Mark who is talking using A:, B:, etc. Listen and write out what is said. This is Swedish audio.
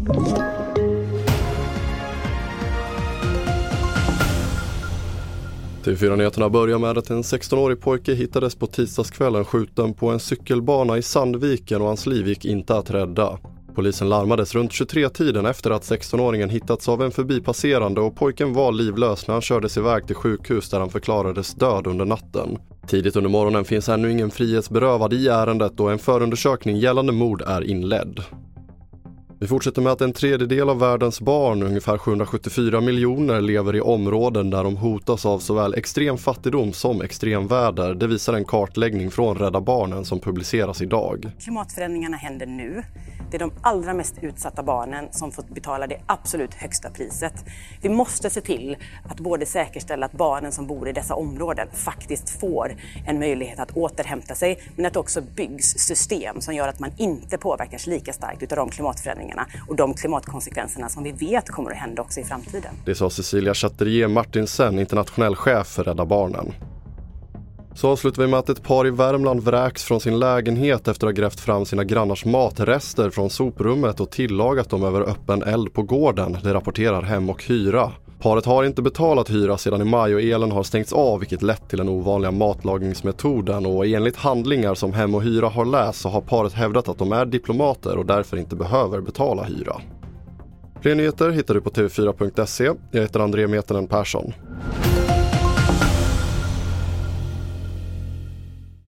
A: TV4-nyheterna börjar med att en 16-årig pojke hittades på tisdagskvällen skjuten på en cykelbana i Sandviken och hans liv gick inte att rädda. Polisen larmades runt 23-tiden efter att 16-åringen hittats av en förbipasserande och pojken var livlös när han kördes iväg till sjukhus där han förklarades död under natten. Tidigt under morgonen finns ännu ingen frihetsberövad i ärendet och en förundersökning gällande mord är inledd. Vi fortsätter med att en tredjedel av världens barn, ungefär 774 miljoner, lever i områden där de hotas av såväl extrem fattigdom som extremväder. Det visar en kartläggning från Rädda Barnen som publiceras idag.
B: Klimatförändringarna händer nu. Det är de allra mest utsatta barnen som fått betala det absolut högsta priset. Vi måste se till att både säkerställa att barnen som bor i dessa områden faktiskt får en möjlighet att återhämta sig, men att också byggs system som gör att man inte påverkas lika starkt av de klimatförändringarna och de klimatkonsekvenserna som vi vet kommer att hända också i framtiden.
A: Det sa Cecilia Chatterier Martinsen, internationell chef för Rädda Barnen. Så avslutar vi med att ett par i Värmland vräks från sin lägenhet efter att ha grävt fram sina grannars matrester från soprummet och tillagat dem över öppen eld på gården. Det rapporterar Hem och Hyra. Paret har inte betalat hyra sedan i maj och elen har stängts av, vilket lett till den ovanliga matlagningsmetoden, och enligt handlingar som Hem och Hyra har läst så har paret hävdat att de är diplomater och därför inte behöver betala hyra. Fler nyheter hittar du på tv4.se. Jag heter André Metenen Persson.